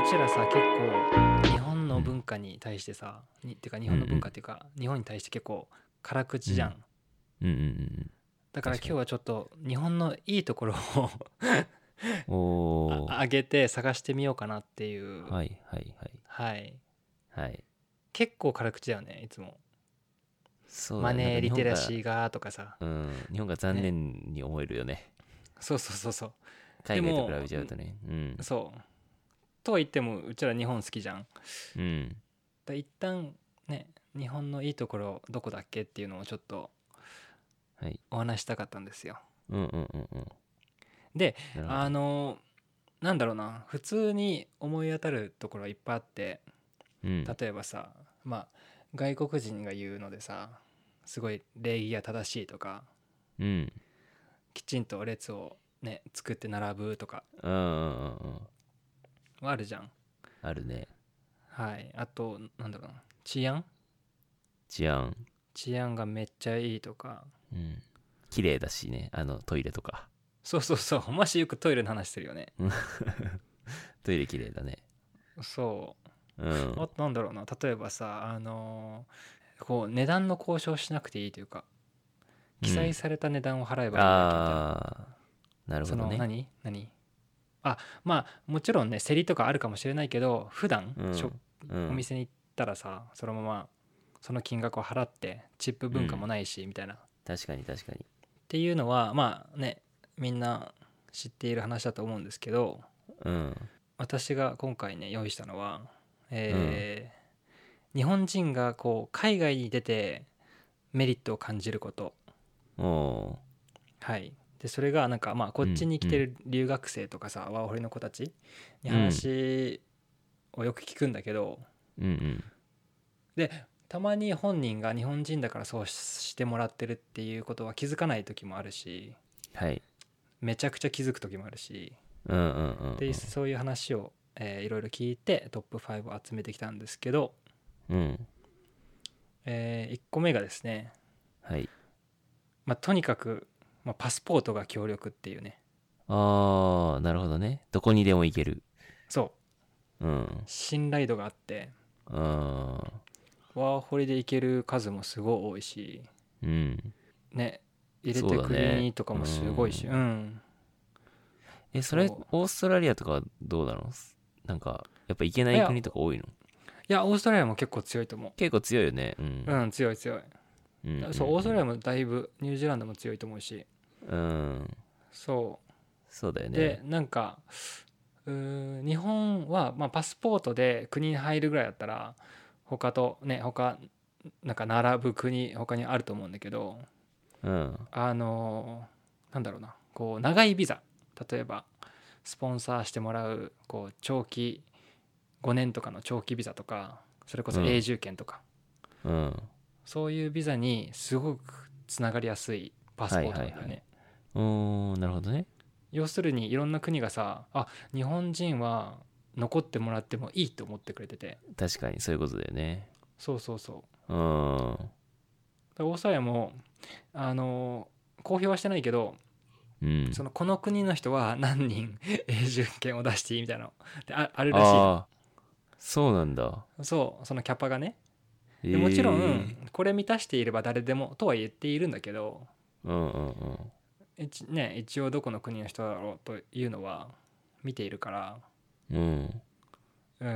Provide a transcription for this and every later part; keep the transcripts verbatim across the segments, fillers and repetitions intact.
うちらさ結構日本の文化に対してさ、にっていうか日本の文化っていうか、日本に対して結構辛口じゃん、 うんうんうんだから確かに今日はちょっと日本のいいところをうん。おー。 あ上げて探してみようかなっていう。 はいはいはいはいはい。 結構辛口だよねいつも。 そうだね。なんマネーリか日本が、 テラシーがとかさうん日本が残ね。 念に思えるよね。 そうそうそうそう。で海外と比もべちゃうとね。うんそうとは言ってもうちら日本好きじゃん。 うんだ一旦ね日本のいいところどこだっけっていうのをちょっとはい。 お話したかったんですよ。 うんうんうんうん。 であなるほど。 のなんだろうな、普通に思い当たるところはいっぱいあって、 うん例えばさ、まあ外国人が言うのでさ、すごい礼儀が正しいとか、 うんきちんと列をね作って並ぶとかうんうんうんうんはあるじゃん。 あるね。 はい。あとなんだろうな、治安治安。 治安がめっちゃいいとか。 うん綺麗だしね、あのトイレとか。 そうそうそう、マジよくトイレの話するよね。 トイレ綺麗だね。 そううんあとなんだろうな、例えばさ、あのーこう値段の交渉しなくていいというか、記載うんされた値段を払えばいいだけみたいな。 あーなるほそのどね。 何何あまあもちろんね競りとかあるかもしれないけど、普段しょうんうんお店に行ったらさ、そのままその金額を払ってチップ文化もないしみたいな、っ確かに確かに。 ていうのはまあねみんな知っている話だと思うんですけど、 うん私が今回ね用意したのは、 うんえー日本人がこう海外に出てメリットを感じること。 おはいでそれがなんかまあこっちに来てうんる留学生とかさ、ワーホリの子たちにうん話をよく聞くんだけど、 うんうんでたまに本人が日本人だからそうしてもらってるっていうことは気づかない時もあるし、 はいめちゃくちゃ気づく時もあるし、 うんうんうんでそういう話を、えーいろいろ聞いてトップファイブを集めてきたんですけど、 うんうんえーいっこめがですね、 はいまあ、とにかく、まあ、パスポートが強力っていうね。 ああなるほどね。どこにでも行ける。 そううん信頼度があって、 あワーホリで行ける数もすごい多いしうんね、入れそうてくだね。 国とかもすごいし、 ううんんえそれそうオーストラリアとかはどうなの？なんかやっぱ行けないいや国とか多いの？ いやオーストラリアも結構強いと思結構強いよね。うう。 んうん強い強い。 うんうんそうオーストラリアもだいぶ、ニュージーランドも強いと思うし。 うんそそうだようでね。 なんかうー日本はまあパスポートで国に入るぐらいだったら他とね他なんか並ぶ国他にあると思うんだけど、 うんあのなんだろうな、こう長いビザ、例えばスポンサーしてもらうこう長期ごねんとかの長期ビザとか、それこそ永住権とか、 うんそういうビザにすごくつながりやすいパスポートなんだよね、 はいはいはいおーなるほどね。 要するにいろんな国がさ、あ日本人は残ってもらってもいいと思ってくれてて。 確かにそういうことだよね。 そうそうそう、 うんだからオーストラリアもあの公表はしてないけど、 うんそのこの国の人は何人永住権を出していいみたいなので あ, あるらしいの。 ああそうなんだ。 そうそのキャパがね。 えでもちろー、 んこれ満たしていれば誰でもとは言っているんだけど、 うんうんうん一,、ね、一応どこの国の人だろうというのは見ているから、 うんうん、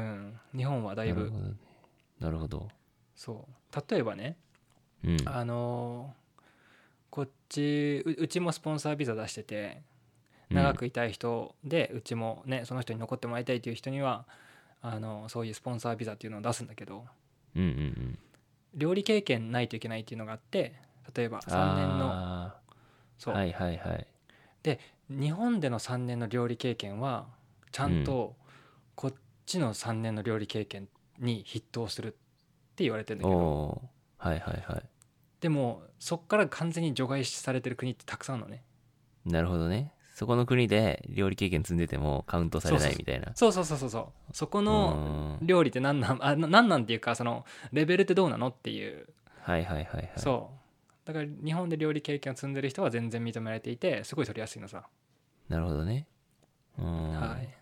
日本はだいぶなるほどね。なるほど。 そう例えばね、 うんあのーこっち う, うちもスポンサービザ出してて、長くいたい人で、うちもねその人に残ってもらいたいという人にはあのそういうスポンサービザっていうのを出すんだけど、 うんうんうん料理経験ないといけないっていうのがあって、例えばさんねんのあそう、 あはいはいはいで日本でのさんねんの料理経験はちゃんとこっちのさんねんの料理経験に筆頭するって言われてるんだけど、 おーはいはいはいでもそっから完全に除外されてる国ってたくさんあるのね。 なるほどね。そこの国で料理経験積んでてもカウントされないみたいな。 そうそうそうそうそう、そこうのーん料理って何なんあな何なんっていうか、そのレベルってどうなのっていう。 はいはいはいはいそうだから日本で料理経験を積んでる人は全然認められていて、すごい取りやすいのさ。 なるほどね。うーんはい、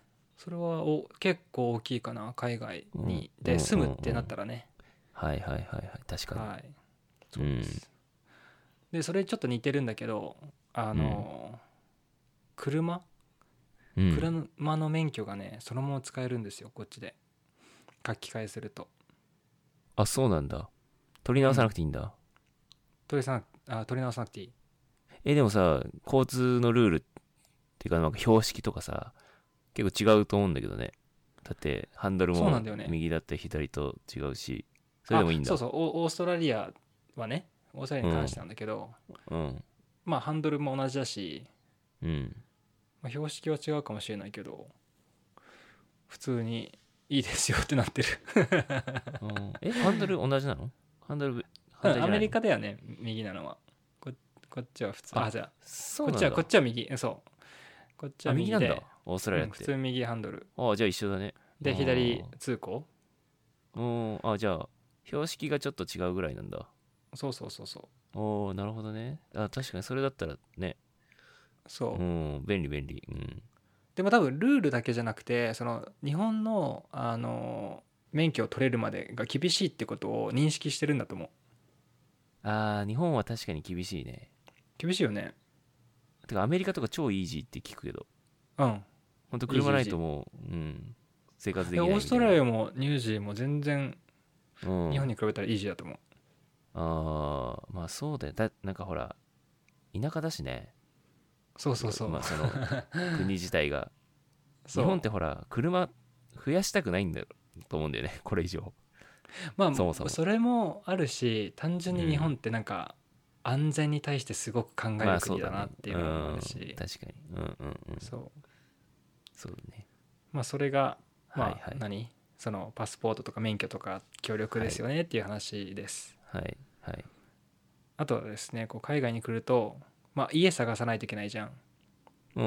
それはお結構大きいかな、海外に、 うんで住むってなったらね、 はいはいはいはい確かに、 はい、そうです、でそれちょっと似てるんだけど、あの、車うん、 車の免許がねそのまま使えるんですよ、こっちで書き換えすると。 あそうなんだ。取り直さなくていいんだ。 取りさなあ取り直さなくていい。 えでもさ交通のルールっていうかなんか標識とかさ結構違うと思うんだけどね。だってハンドルもそうなんだよね。 右だったり左と違うし、それであもいいんだ。 そうそう、オーストラリアはね、オーストラリアに関してなんだけど、 うんまあハンドルも同じだし、 うんまあ、標識は違うかもしれないけど普通にいいですよってなってる。 うん。えハンドル同じなの？ハンドルうん、アメリ反対じゃないの？ カではね右なのは、ここっちは普通、 ああじゃあそうなんだ。 こっちはこっちは右、そうこっちあは右なんだ右で、 オーストラリアうん、 って。 普通右ハンドルあじゃあ一緒だね。 で左通行。 うんあじゃあ標識がちょっと違うぐらいなんだ。 そうそうそうそう、 おーなるほどね。あ確かにそれだったらね、うそうん便利便利。うんでも多分ルールだけじゃなくて、その日本のあの免許を取れるまでが厳しいってことを認識してるんだと思う。 あー日本は確かに厳しいね。 厳しいよね。 てかアメリカとか超イージーって聞くけど、 うんほんとイージーイージ車ないともう、うん、生活でー。 きオーストラないみたいな。 リアもニュージーも全然日本うん。 に比べたらイージーだと思う。 ああ、まあそうだよ。だ、なんかほら、田舎だしね。 そうそうそう。 まあその国自体が。日本ってそうほら、車増やしたくないんだと思うんだよね。これ以上。 まそもそも。 あそれもあるし、単純うん。 に日本ってなんか安全に対してすごく考えまある国だそうだね。うなっていうのもあるん。 し、 確かに。うんうんうん。 そうそうだね。 まあそれがまあはいはい。 何そのパスポートとか免許とか強力はい。 ですよねっていう話です。 はいはい。 あとはですね、こう海外に来ると、まあ、家探さないといけないじゃん。 うん。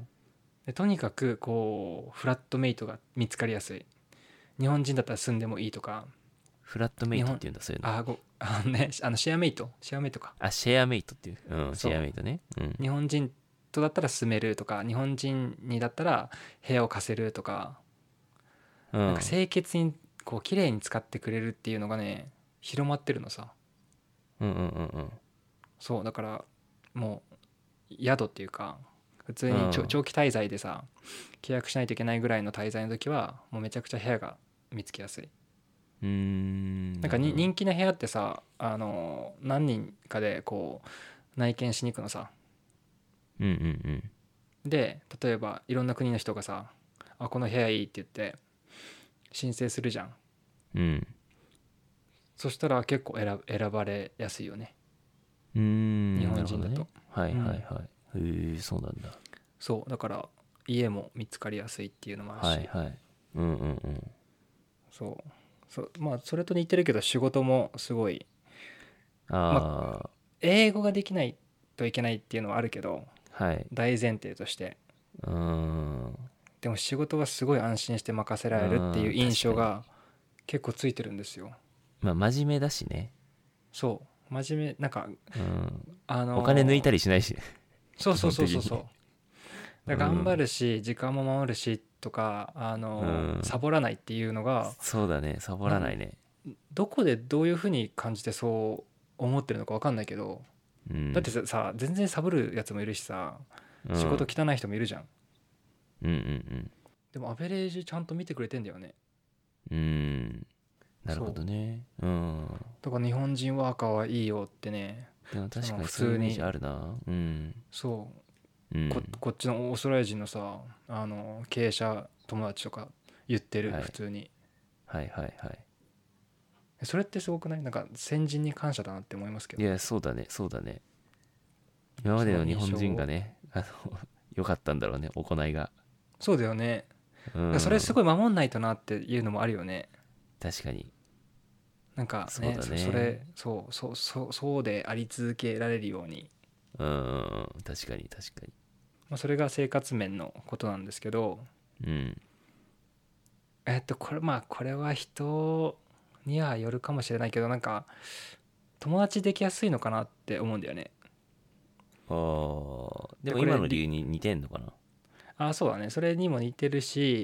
でとにかくこうフラットメイトが見つかりやすい。日本人だったら住んでもいいとか、 フラットメイ日本トっていうんだ、そういうの。 あごあのねあのシェアメイトシェアメイトか、 あ、シェアメイトっていう。うん、シェアそメイトね。うん。 う日本人とだったら住めるとか、日本人にだったら部屋を貸せるとか、なんかうん。 清潔にこう綺麗に使ってくれるっていうのがね広まってるのさ。 うんうんうんそうだからもう宿っていうか、普通うん。 にうん。 長期滞在でさ契約しないといけないぐらいの滞在の時はもうめちゃくちゃ部屋が見つけやすい。 うーん、 なんかになるほど。 人気な部屋ってさ、あの何人かでこう内見しに行くのさ。 うんうんで例えばいろんな国の人がさ、あこの部屋いいって言って申請するじゃん。 うん。うん。 そしたら結構選選ばれやすいよね、 うー日ん、なるほどね。 本人だと。 はいうん、 はいはい。へえ、そうなんだ。 そうだから家も見つかりやすいっていうのもあるし、 はいはい。うんうんうん。 そうそうまあそれと似てるけど仕事もすごい、まああ英語ができないといけないっていうのはあるけどあ、はい。 大前提として、 うーん。 でも仕事はすごい安心して任せうられるっていうーん、確かに。 印象が結構ついてるんですよ。 まあ、真面目だしね。 そう真面目なんかうん。 あお金抜いたのりしないしね。基そうそう本的に。 そうそうそうだから頑張うん。 るし時間も守るしとか、あうのサん。 ボらないっていうのがそうだね。サボらなないね。 どこでどういうふうに感じてそう思ってるのか分かんないけど、 うん。 だってさ全然サボるやつもいるしさ、仕事うん。 汚い人もいるじゃん。 うんうんでもアベレージちゃんと見てくれてんだよね。 うん。うん。なるほそうどね。うん。 だから日本人ワーカーはいいよってね、 でも確かにその普そういうイメージ通に、 あるな。うん。 そうこ、 うん。 こっちのオーストラリア人のさあの経営者友達とか言ってるはい。 普通に。 はいはいはい。 それってすごくない？なんか先人に感謝だなって思いますけど。 いや、そうだね、そうだね。今までそのの日本印象を。 人がね、あの、良かったんだろうね、行いが。 そうだよね。 うだからそれすん。 ごい守んないとなっていうのもあるよね。 確かに。 なんかそうねそ、そだね。 れそうそうそうそうであり続けられるように、 うん。確かに、確かまあ、それが生活面のことなんですけど、 に。うん。 えっとこれまあこれは人にはよるかもしれないけど、なんか友達できやすいのかなって思うんだよね。 ああ、でも今の理でこれり由に似てんのかな。 あそうだね、それにも似てるし、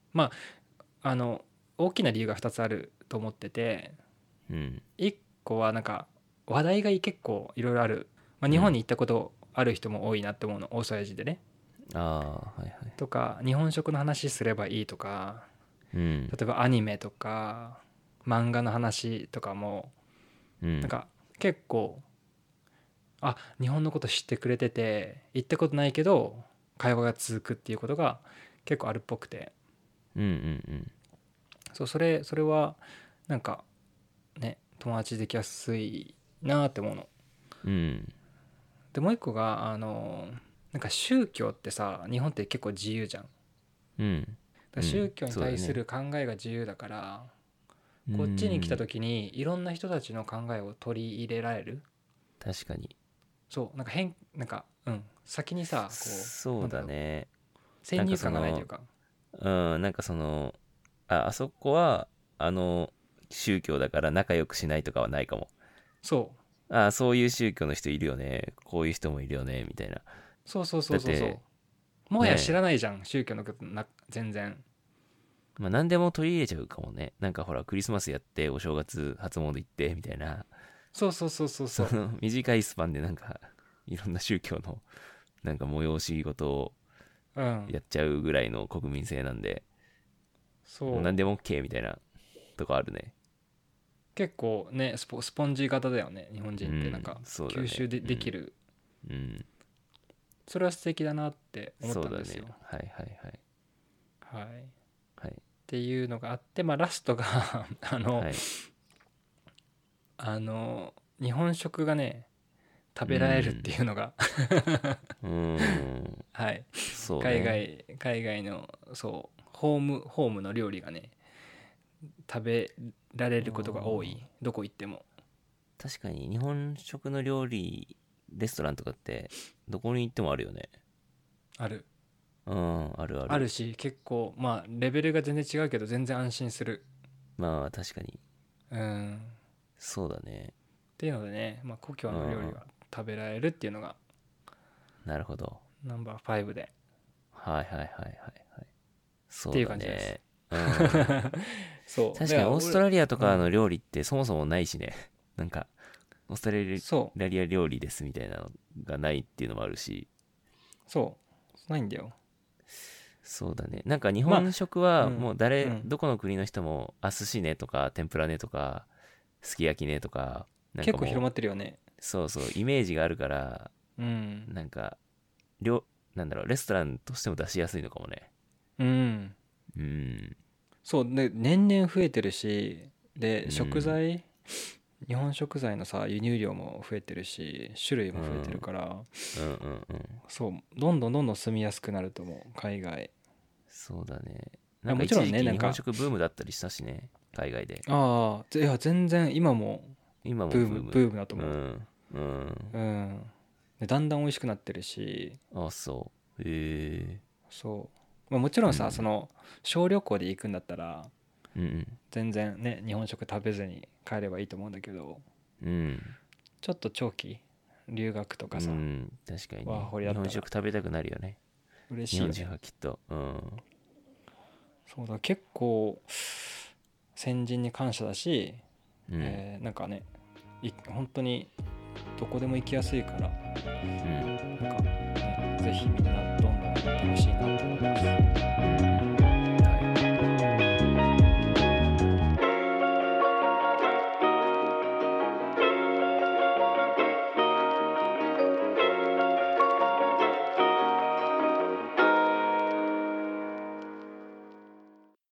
まああの大きな理由がふたつあると思ってて、 うんいっこはなんか話題が結構いろいろある、まあ、日うん本に行ったことある人も多いなって思うの、オーストラリア人でね。 ああはいはいとか日本食の話すればいいとか、 うん例えばアニメとか漫画の話とかもうんなんか結構、あ、日本のこと知ってくれてて行ったことないけど会話が続くっていうことが結構あるっぽくて、 うんうんそう、それそれはなんかね、友達できやすいなって思うの。 うんうんでもう一個があのなんか宗教ってさ、日本って結構自由じゃん。だかうんら宗教に対すそうる考えが自由だから、 だねこっちに来たうん時にいろんな人たちの考えを取り入れられる。 確かにそう、なんか変なんかうん先にさ、こうそうだなんだろう、 ね。 先入観がないというか。 うんなんかそのああそこはあの宗教だから仲良くしないとかはないかも。 そあそういう宗教の人いるよね、こういう人もいるよねみたいな。 うそうそうそうそうそだってう、もはや知ねらないじゃん宗教のことな、全然。 まあ何でも取り入れちゃうかもね。なんかほらクリスマスやってお正月初詣行ってみたいな、 そうそうそうそうそそうの短いスパンでなんかいろんな宗教のなんか催し事をうんやっちゃうぐらいの国民性なんで、もそうう何でも OK みたいなとこあるね。 結構ねスポ、スポンジ型だよね日本人って。なんかうんそうだね吸収で、できる。 うんそれは素敵だなって思っそうだねたんですよ。 はいはいはいはい、っはいていうのがあって、まあ、ラストがあの、 はいあの日本食がね食べられるっていうのがうーんはいそう海ね外海外のそうホームホームの料理がね食べられることが多い、どこ行っても。 確かに日本食の料理レストランとかってどこに行ってもあるよね。 あるうんあるあるあるし、結構まあレベルが全然違うけど全然安心する。 まあ確かにうんっそうだね。 ていうのでね、まあ、故郷の料理が食べられるっていうのがなるほど。 ナンバーファイブではいはいはいはいはいそうっていうだ感じですね。うんそう確かにオーストラリアとかのうん料理ってそもそもないしね。なんかオーストラそうリア料理ですみたいなのがないっていうのもあるし。 そうないんだよ。 そうだね。なんか日本食はうんもう誰、 うんどこの国の人もあ寿司ねとか天ぷらねとかすき焼きねとかなんかもう結構広まってるよね。 そうそうイメージがあるからうんなんか料なんだろうレストランとしても出しやすいのかもね。 うんうんそうで年々増えてるし、でうん食材、日本食材のさ輸入量も増えてるし種類も増えてるから、 うんうんうんそうどんどんどんどん住みやすくなると思う海外。 そうだね。 やなんかもちろんね一時期なんか日本食ブームだったりしたしね海外で。 ああいや全然今も今もブームブームブームだと思う。 うんうんうんでだんだん美味しくなってるし、 あそうへえそう、まあ、もちろんさ、 うんその小旅行で行くんだったらうん全然ね日本食食べずに帰ればいいと思うんだけど、 うんちょっと長期留学とかさ、 うん確かにワーホリだね日ったら本食食べたくなるよね。日本人嬉しいよね。 はきっとうんそうだ結構先人に感謝だし、 うんえーなんかねい本当にどこでも行きやすいから、 うんなんか、ね、ぜひみんなどんどん行ってほしいなと思います。